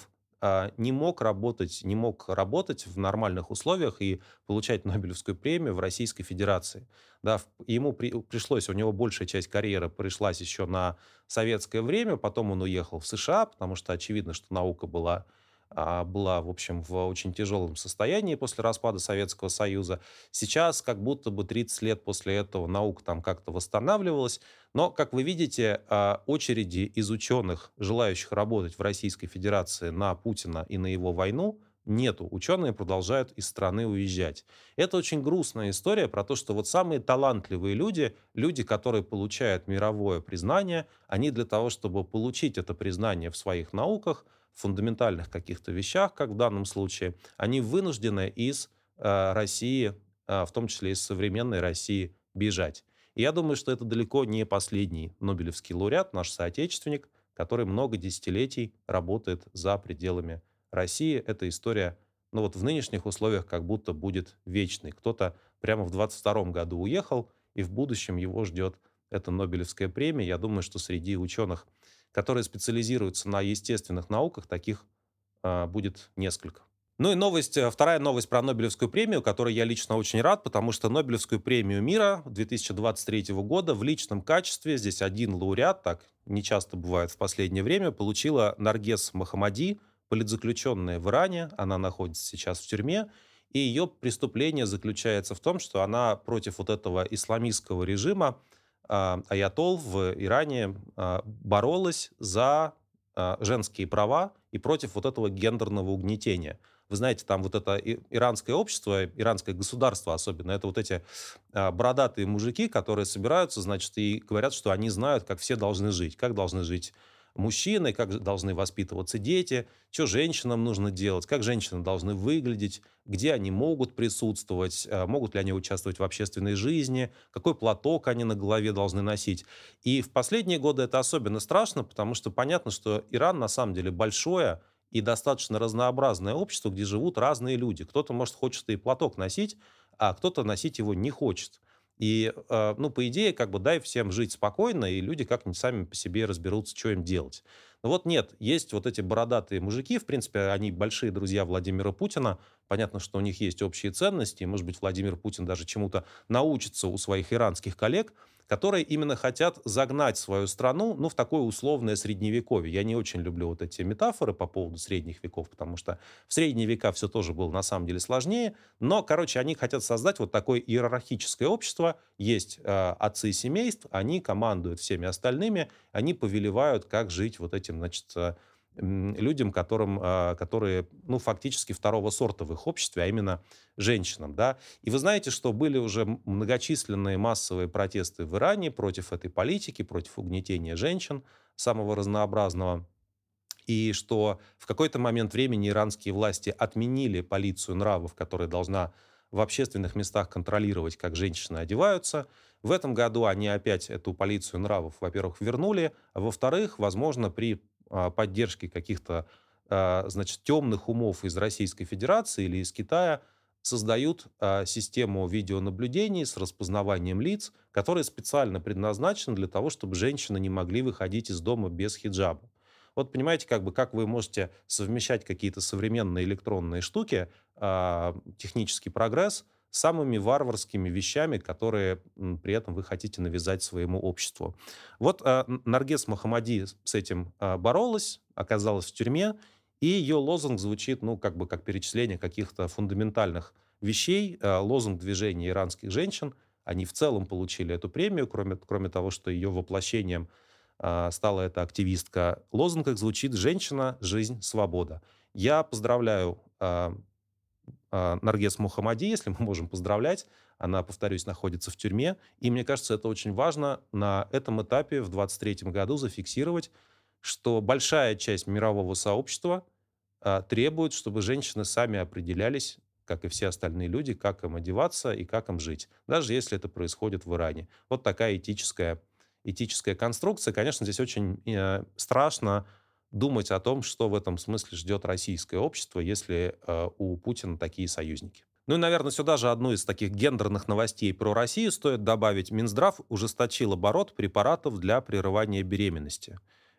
A: а, не мог работать, не мог работать в нормальных условиях и получать Нобелевскую премию в Российской Федерации. Да, в- ему при- пришлось, у него большая часть карьеры пришлась еще на советское время, потом он уехал в США, потому что очевидно, что наука была, а, была, в общем, в очень тяжелом состоянии после распада Советского Союза. Сейчас, как будто бы тридцать лет после этого, наука там как-то восстанавливалась. Но, как вы видите, а, очереди из ученых, желающих работать в Российской Федерации на Путина и на его войну, нету. Ученые продолжают из страны уезжать. Это очень грустная история про то, что вот самые талантливые люди, люди, которые получают мировое признание, они для того, чтобы получить это признание в своих науках, в фундаментальных каких-то вещах, как в данном случае, они вынуждены из э, России, э, в том числе из современной России, бежать. И я думаю, что это далеко не последний Нобелевский лауреат, наш соотечественник, который много десятилетий работает за пределами России. Эта история, ну вот в нынешних условиях как будто будет вечной. Кто-то прямо в двадцать втором году уехал, и в будущем его ждет эта Нобелевская премия. Я думаю, что среди ученых, которые специализируются на естественных науках, таких а, будет несколько. Ну и новость, э, вторая новость про Нобелевскую премию, которой я лично очень рад, потому что Нобелевскую премию мира две тысячи двадцать третьего года в личном качестве, здесь один лауреат, так не часто бывает в последнее время, получила Наргиз Мохаммади, политзаключенная в Иране. Она находится сейчас в тюрьме. И ее преступление заключается в том, что она против вот этого исламистского режима а, аятол в Иране а, боролась за а, женские права и против вот этого гендерного угнетения. Вы знаете, там вот это и- иранское общество, иранское государство особенно, это вот эти а, бородатые мужики, которые собираются, значит, и говорят, что они знают, как все должны жить, как должны жить мужчины, как же должны воспитываться дети, что женщинам нужно делать, как женщины должны выглядеть, где они могут присутствовать, а, могут ли они участвовать в общественной жизни, какой платок они на голове должны носить. И в последние годы это особенно страшно, потому что понятно, что Иран на самом деле большое и достаточно разнообразное общество, где живут разные люди. Кто-то, может, хочет и платок носить, а кто-то носить его не хочет. И, э, ну, по идее, как бы дай всем жить спокойно, и люди как-нибудь сами по себе разберутся, что им делать. Но вот нет, есть вот эти бородатые мужики, в принципе, они большие друзья Владимира Путина. Понятно, что у них есть общие ценности, и, может быть, Владимир Путин даже чему-то научится у своих иранских коллег, которые именно хотят загнать свою страну, ну, в такое условное средневековье. Я не очень люблю вот эти метафоры по поводу средних веков, потому что в средние века все тоже было на самом деле сложнее. Но, короче, они хотят создать вот такое иерархическое общество. Есть э, отцы семейств, они командуют всеми остальными, они повелевают, как жить вот этим, значит, э, м, людям, которым, э, которые, ну, фактически второго сорта в их обществе, а именно женщинам, да. И вы знаете, что были уже многочисленные массовые протесты в Иране против этой политики, против угнетения женщин самого разнообразного. И что в какой-то момент времени иранские власти отменили полицию нравов, которая должна в общественных местах контролировать, как женщины одеваются. В этом году они опять эту полицию нравов, во-первых, вернули, а во-вторых, возможно, при а, поддержке каких-то, а, значит, темных умов из Российской Федерации или из Китая создают а, систему видеонаблюдений с распознаванием лиц, которая специально предназначена для того, чтобы женщины не могли выходить из дома без хиджаба. Вот понимаете, как бы, как вы можете совмещать какие-то современные электронные штуки, а, технический прогресс, с самыми варварскими вещами, которые м, при этом вы хотите навязать своему обществу. Вот а, Н- Наргиз Мохаммади с этим а, боролась, оказалась в тюрьме, и ее лозунг звучит, ну, как бы, как перечисление каких-то фундаментальных вещей, а, лозунг движения иранских женщин. Они в целом получили эту премию, кроме, кроме того, что ее воплощением а, стала эта активистка. Лозунг как звучит: «Женщина, жизнь, свобода». Я поздравляю а, а, Наргиз Мухаммади, если мы можем поздравлять. Она, повторюсь, находится в тюрьме. И мне кажется, это очень важно на этом этапе в двадцать третьем году зафиксировать, что большая часть мирового сообщества а, требует, чтобы женщины сами определялись, как и все остальные люди, как им одеваться и как им жить, даже если это происходит в Иране. Вот такая этическая, этическая конструкция. Конечно, здесь очень э, страшно думать о том, что в этом смысле ждет российское общество, если э, у Путина такие союзники. Ну и, наверное, сюда же одну из таких гендерных новостей про Россию стоит добавить. Минздрав ужесточил оборот препаратов для прерывания беременности.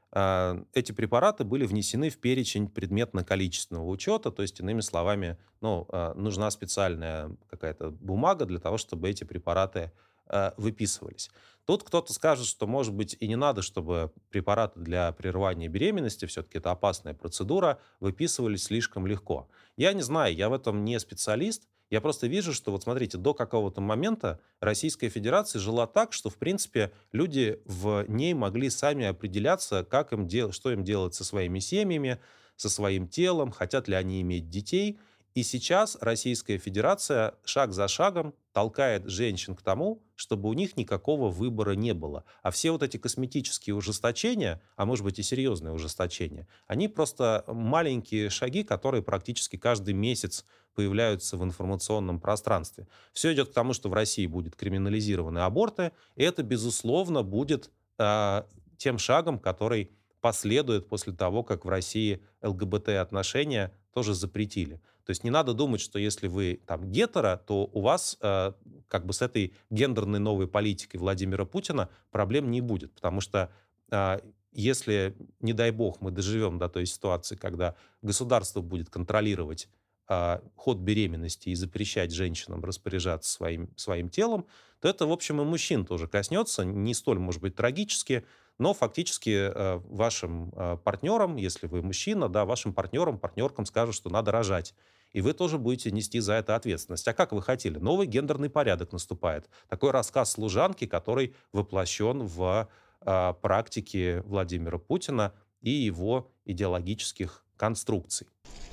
A: а, эти препараты были внесены в перечень предметно-количественного учета, то есть, иными словами, ну, а, нужна специальная какая-то бумага для того, чтобы эти препараты а, выписывались. Тут кто-то скажет, что, может быть, и не надо, чтобы препараты для прерывания беременности, все-таки это опасная процедура, выписывались слишком легко. Я не знаю, я в этом не специалист, я просто вижу, что, вот смотрите, до какого-то момента Российская Федерация жила так, что, в принципе, люди в ней могли сами определяться, как им дел... что им делать со своими семьями, со своим телом, хотят ли они иметь детей. И сейчас Российская Федерация шаг за шагом толкает женщин к тому, чтобы у них никакого выбора не было. А все вот эти косметические ужесточения, а может быть и серьезные ужесточения, они просто маленькие шаги, которые практически каждый месяц появляются в информационном пространстве. Все идет к тому, что в России будут криминализированы аборты, и это, безусловно, будет а, тем шагом, который последует после того, как в России ЛГБТ-отношения тоже запретили. То есть не надо думать, что если вы там гетеро, то у вас э, как бы с этой гендерной новой политикой Владимира Путина проблем не будет. Потому что э, если, не дай бог, мы доживем до той ситуации, когда государство будет контролировать э, ход беременности и запрещать женщинам распоряжаться своим, своим телом, то это, в общем, и мужчин тоже коснется. Не столь, может быть, трагически, но фактически э, вашим э, партнерам, если вы мужчина, да, вашим партнерам, партнеркам скажут, что надо рожать. И вы тоже будете нести за это ответственность. А как вы хотели? Новый гендерный порядок наступает. Такой рассказ служанки, который воплощен в э, практике Владимира Путина и его идеологических конструкций.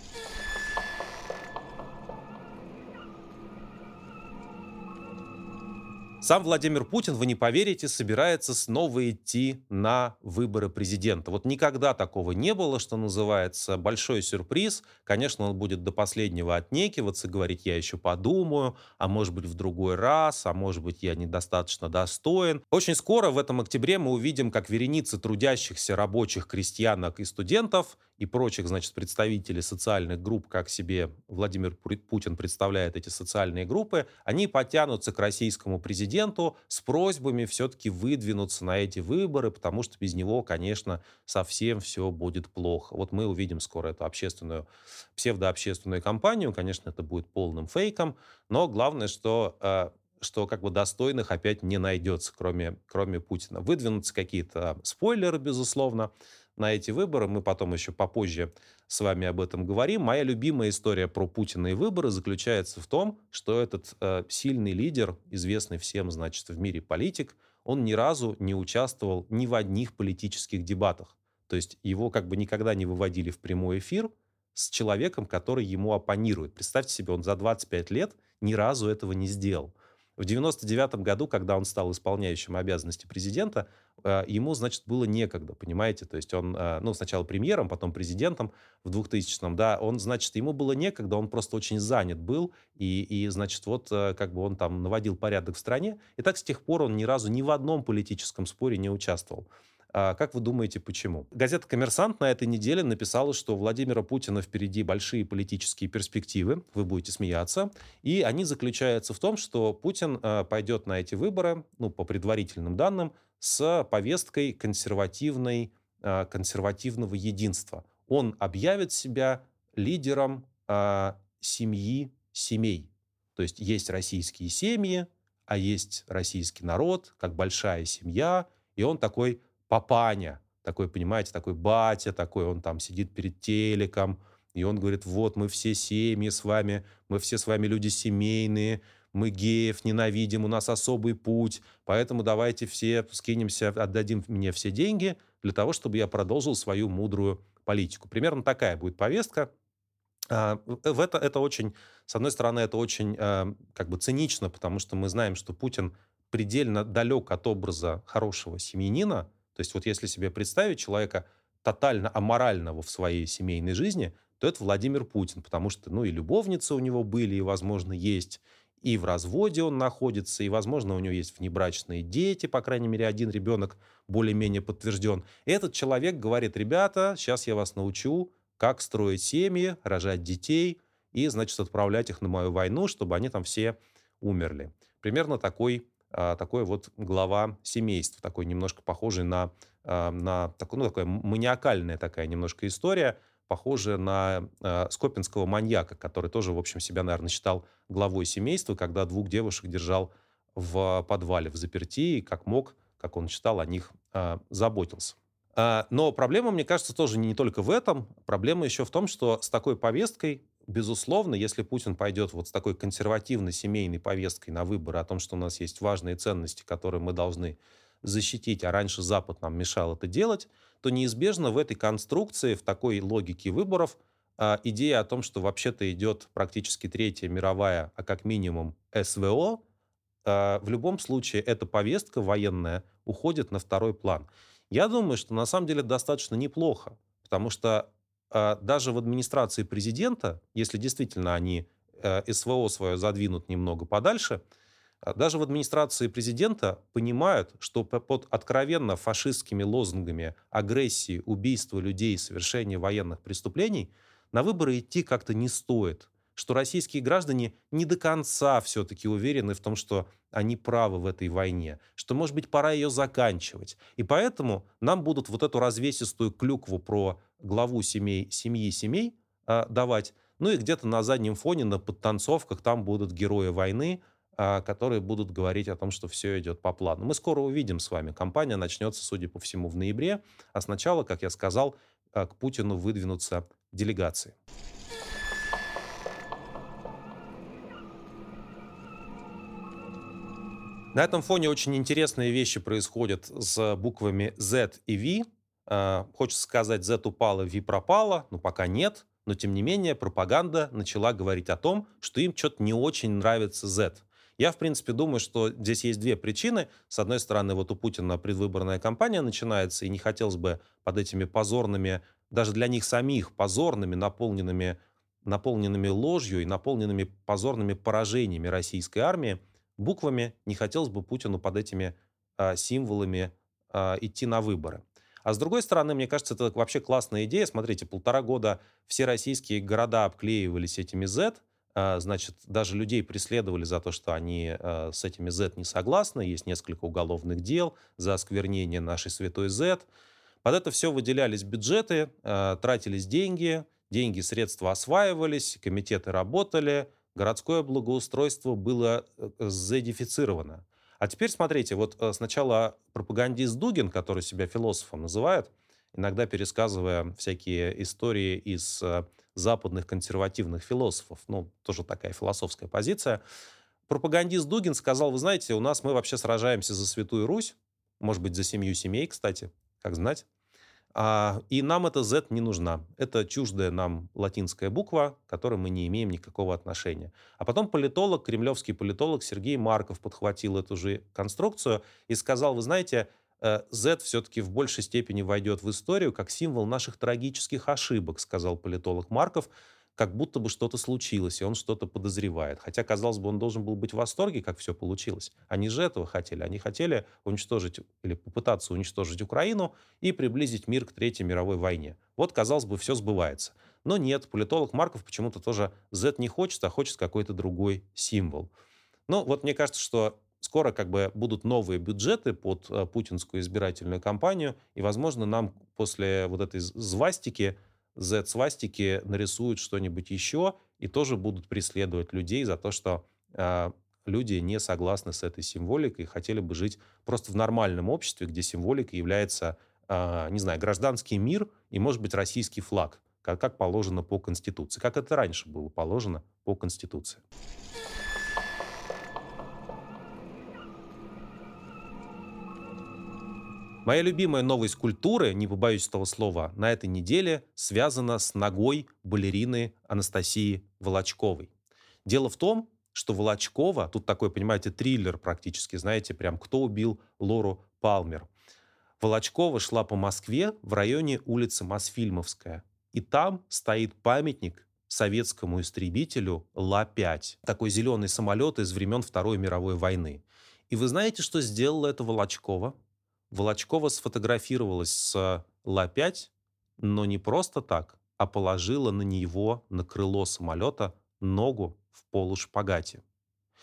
A: Сам Владимир Путин, вы не поверите, собирается снова идти на выборы президента. Вот никогда такого не было, что называется. Большой сюрприз. Конечно, он будет до последнего отнекиваться, говорить: я еще подумаю, а может быть в другой раз, а может быть я недостаточно достоин. Очень скоро, в этом октябре, мы увидим, как вереницы трудящихся рабочих, крестьянок и студентов и прочих, значит, представителей социальных групп, как себе Владимир Путин представляет эти социальные группы, они потянутся к российскому президенту с просьбами все-таки выдвинуться на эти выборы, потому что без него, конечно, совсем все будет плохо. Вот мы увидим скоро эту общественную, псевдообщественную кампанию. Конечно, это будет полным фейком, но главное, что э, что как бы достойных опять не найдется, кроме, кроме Путина. Выдвинутся какие-то спойлеры, безусловно, на эти выборы. Мы потом еще попозже с вами об этом говорим. Моя любимая история про Путина и выборы заключается в том, что этот э, сильный лидер, известный всем, значит, в мире политик, он ни разу не участвовал ни в одних политических дебатах. То есть его как бы никогда не выводили в прямой эфир с человеком, который ему оппонирует. Представьте себе, он за двадцать пять лет ни разу этого не сделал. В девяносто девятом году, когда он стал исполняющим обязанности президента, э, ему, значит, было некогда, понимаете? То есть он, э, ну, сначала премьером, потом президентом в двухтысячном, да, он, значит, ему было некогда, он просто очень занят был, и, и значит, вот э, как бы он там наводил порядок в стране, и так с тех пор он ни разу ни в одном политическом споре не участвовал. А как вы думаете, почему? Газета «Коммерсант» на этой неделе написала, что у Владимира Путина впереди большие политические перспективы, вы будете смеяться, и они заключаются в том, что Путин э, пойдет на эти выборы, ну, по предварительным данным, с повесткой консервативной, э, консервативного единства. Он объявит себя лидером э, семьи семей. То есть есть российские семьи, а есть российский народ, как большая семья, и он такой папаня, такой, понимаете, такой батя, такой, он там сидит перед телеком, и он говорит: вот мы все семьи с вами, мы все с вами люди семейные, мы геев ненавидим, у нас особый путь, поэтому давайте все скинемся, отдадим мне все деньги для того, чтобы я продолжил свою мудрую политику. Примерно такая будет повестка. А, В это, это очень, с одной стороны, это очень а, как бы цинично, потому что мы знаем, что Путин предельно далек от образа хорошего семьянина. То есть вот если себе представить человека тотально аморального в своей семейной жизни, то это Владимир Путин, потому что, ну, и любовницы у него были, и, возможно, есть, и в разводе он находится, и, возможно, у него есть внебрачные дети, по крайней мере, один ребенок более-менее подтвержден. И этот человек говорит: ребята, сейчас я вас научу, как строить семьи, рожать детей и, значит, отправлять их на мою войну, чтобы они там все умерли. Примерно такой, а, такой вот глава семейства, такой немножко похожий на э, на такую, ну, такая маниакальная такая немножко история, похожая на э, скопинского маньяка, который тоже, в общем, себя, наверное, считал главой семейства, когда двух девушек держал в подвале, в заперти, и как мог, как он считал, о них э, заботился. А, Но проблема, мне кажется, тоже не только в этом. Проблема еще в том, что с такой повесткой, безусловно, если Путин пойдет вот с такой консервативной семейной повесткой на выборы о том, что у нас есть важные ценности, которые мы должны защитить, а раньше Запад нам мешал это делать, то неизбежно в этой конструкции, в такой логике выборов, а, идея о том, что вообще-то идет практически Третья мировая, а как минимум СВО, а, в любом случае эта повестка военная уходит на второй план. Я думаю, что на самом деле достаточно неплохо, потому что а, даже в администрации президента, если действительно они э, СВО свое задвинут немного подальше, а, даже в администрации президента понимают, что п- под откровенно фашистскими лозунгами агрессии, убийства людей, совершения военных преступлений на выборы идти как-то не стоит. Что российские граждане не до конца все-таки уверены в том, что они правы в этой войне, что, может быть, пора ее заканчивать. И поэтому нам будут вот эту развесистую клюкву про главу семей, семьи семей а, давать. Ну и где-то на заднем фоне, на подтанцовках там будут герои войны, а, которые будут говорить о том, что все идет по плану. Мы скоро увидим с вами. Кампания начнется, судя по всему, в ноябре. А сначала, как я сказал, а, к Путину выдвинутся делегации. На этом фоне очень интересные вещи происходят с буквами Z и V. А, Хочется сказать, Z упала, V пропала, но пока нет. Но, тем не менее, пропаганда начала говорить о том, что им что-то не очень нравится Z. Я, в принципе, думаю, что здесь есть две причины. С одной стороны, вот у Путина предвыборная кампания начинается, и не хотелось бы под этими позорными, даже для них самих, позорными, наполненными, наполненными ложью и наполненными позорными поражениями российской армии, буквами, не хотелось бы Путину под этими а, символами а, идти на выборы. А с другой стороны, мне кажется, это вообще классная идея. Смотрите, полтора года все российские города обклеивались этими Z, а, значит, даже людей преследовали за то, что они а, с этими Z не согласны. Есть несколько уголовных дел за осквернение нашей святой Z. Под это все выделялись бюджеты, а, тратились деньги, деньги, средства осваивались, комитеты работали, городское благоустройство было э, зедифицировано. А теперь смотрите, вот э, сначала пропагандист Дугин, который себя философом называет, иногда пересказывая всякие истории из э, западных консервативных философов, ну, тоже такая философская позиция, пропагандист Дугин сказал: вы знаете, у нас мы вообще сражаемся за Святую Русь, может быть, за семью семей, кстати, как знать. А, и нам эта Z не нужна. Это чуждая нам латинская буква, к которой мы не имеем никакого отношения. А потом политолог, кремлевский политолог Сергей Марков подхватил эту же конструкцию и сказал: вы знаете, э, Z все-таки в большей степени войдет в историю как символ наших трагических ошибок, сказал политолог Марков, как будто бы что-то случилось, и он что-то подозревает. Хотя, казалось бы, он должен был быть в восторге, как все получилось. Они же этого хотели. Они хотели уничтожить или попытаться уничтожить Украину и приблизить мир к Третьей мировой войне. Вот, казалось бы, все сбывается. Но нет, политолог Марков почему-то тоже Z не хочет, а хочет какой-то другой символ. Ну, вот мне кажется, что скоро как бы будут новые бюджеты под э, путинскую избирательную кампанию, и, возможно, нам после вот этой з- звастики, Z-свастики нарисуют что-нибудь еще и тоже будут преследовать людей за то, что э, люди не согласны с этой символикой и хотели бы жить просто в нормальном обществе, где символикой является, э, не знаю, гражданский мир и, может быть, российский флаг, как, как положено по Конституции, как это раньше было положено по Конституции. Моя любимая новость культуры, не побоюсь этого слова, на этой неделе связана с ногой балерины Анастасии Волочковой. Дело в том, что Волочкова, тут такой, понимаете, триллер практически, знаете, прям «Кто убил Лору Палмер?». Волочкова шла по Москве в районе улицы Мосфильмовская. И там стоит памятник советскому истребителю Ла пять. Такой зеленый самолет из времен Второй мировой войны. И вы знаете, что сделала эта Волочкова? Волочкова сфотографировалась с Ла пять, но не просто так, а положила на него, на крыло самолета, ногу в полушпагате.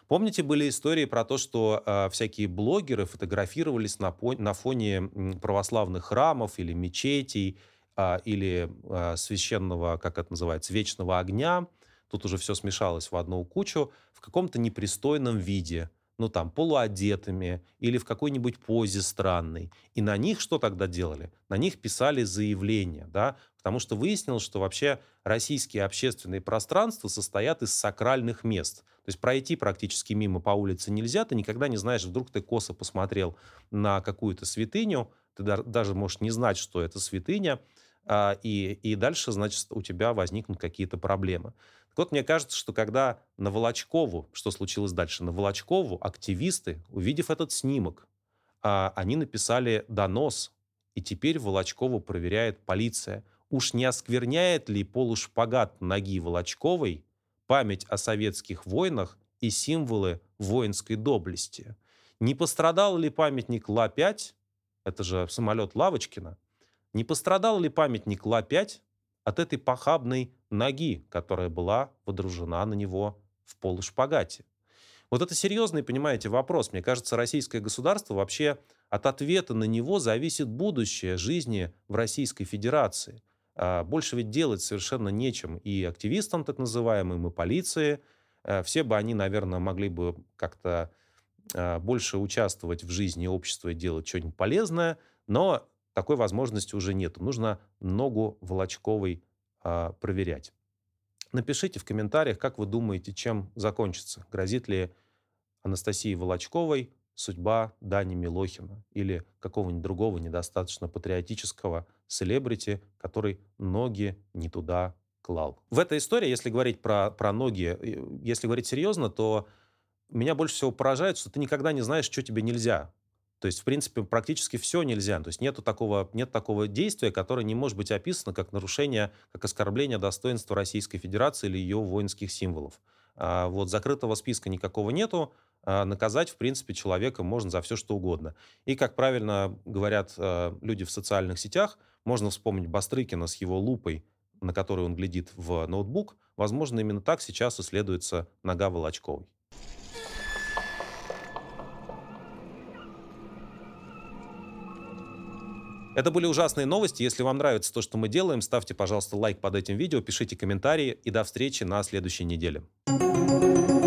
A: Помните, были истории про то, что э, всякие блогеры фотографировались на, по- на фоне м, православных храмов или мечетей, а, или а, священного, как это называется, вечного огня. Тут уже все смешалось в одну кучу, в каком-то непристойном виде, ну там, полуодетыми или в какой-нибудь позе странной. И на них что тогда делали? На них писали заявления, да, потому что выяснилось, что вообще российские общественные пространства состоят из сакральных мест. То есть пройти практически мимо по улице нельзя, ты никогда не знаешь, вдруг ты косо посмотрел на какую-то святыню, ты дар- даже можешь не знать, что это святыня, а, и, и дальше, значит, у тебя возникнут какие-то проблемы. Так вот, мне кажется, что когда на Волочкову, что случилось дальше, на Волочкову активисты, увидев этот снимок, а, они написали донос, и теперь Волочкову проверяет полиция. Уж не оскверняет ли полушпагат ноги Волочковой память о советских войнах и символы воинской доблести? Не пострадал ли памятник Ла пять, это же самолет Лавочкина, не пострадал ли памятник Ла пять от этой похабной ноги, которая была водружена на него в полушпагате? Вот это серьезный, понимаете, вопрос. Мне кажется, российское государство вообще от ответа на него зависит будущее жизни в Российской Федерации. А, Больше ведь делать совершенно нечем и активистам так называемым, и полиции. Э, Все бы они, наверное, могли бы как-то а, больше участвовать в жизни общества и делать что-нибудь полезное, но такой возможности уже нет. Нужно ногу Волочковой а, проверять. Напишите в комментариях, как вы думаете, чем закончится. Грозит ли Анастасии Волочковой судьба Дани Милохина или какого-нибудь другого недостаточно патриотического селебрити, который ноги не туда клал. В этой истории, если говорить про, про ноги, э, если говорить серьезно, то меня больше всего поражает, что ты никогда не знаешь, что тебе нельзя. То есть, в принципе, практически все нельзя. То есть нету такого, нет такого действия, которое не может быть описано как нарушение, как оскорбление достоинства Российской Федерации или ее воинских символов. А вот закрытого списка никакого нету. А наказать, в принципе, человека можно за все, что угодно. И, как правильно говорят э, люди в социальных сетях, можно вспомнить Бастрыкина с его лупой, на которую он глядит в ноутбук. Возможно, именно так сейчас исследуется нога Волочковой. Это были ужасные новости. Если вам нравится то, что мы делаем, ставьте, пожалуйста, лайк под этим видео, пишите комментарии и до встречи на следующей неделе.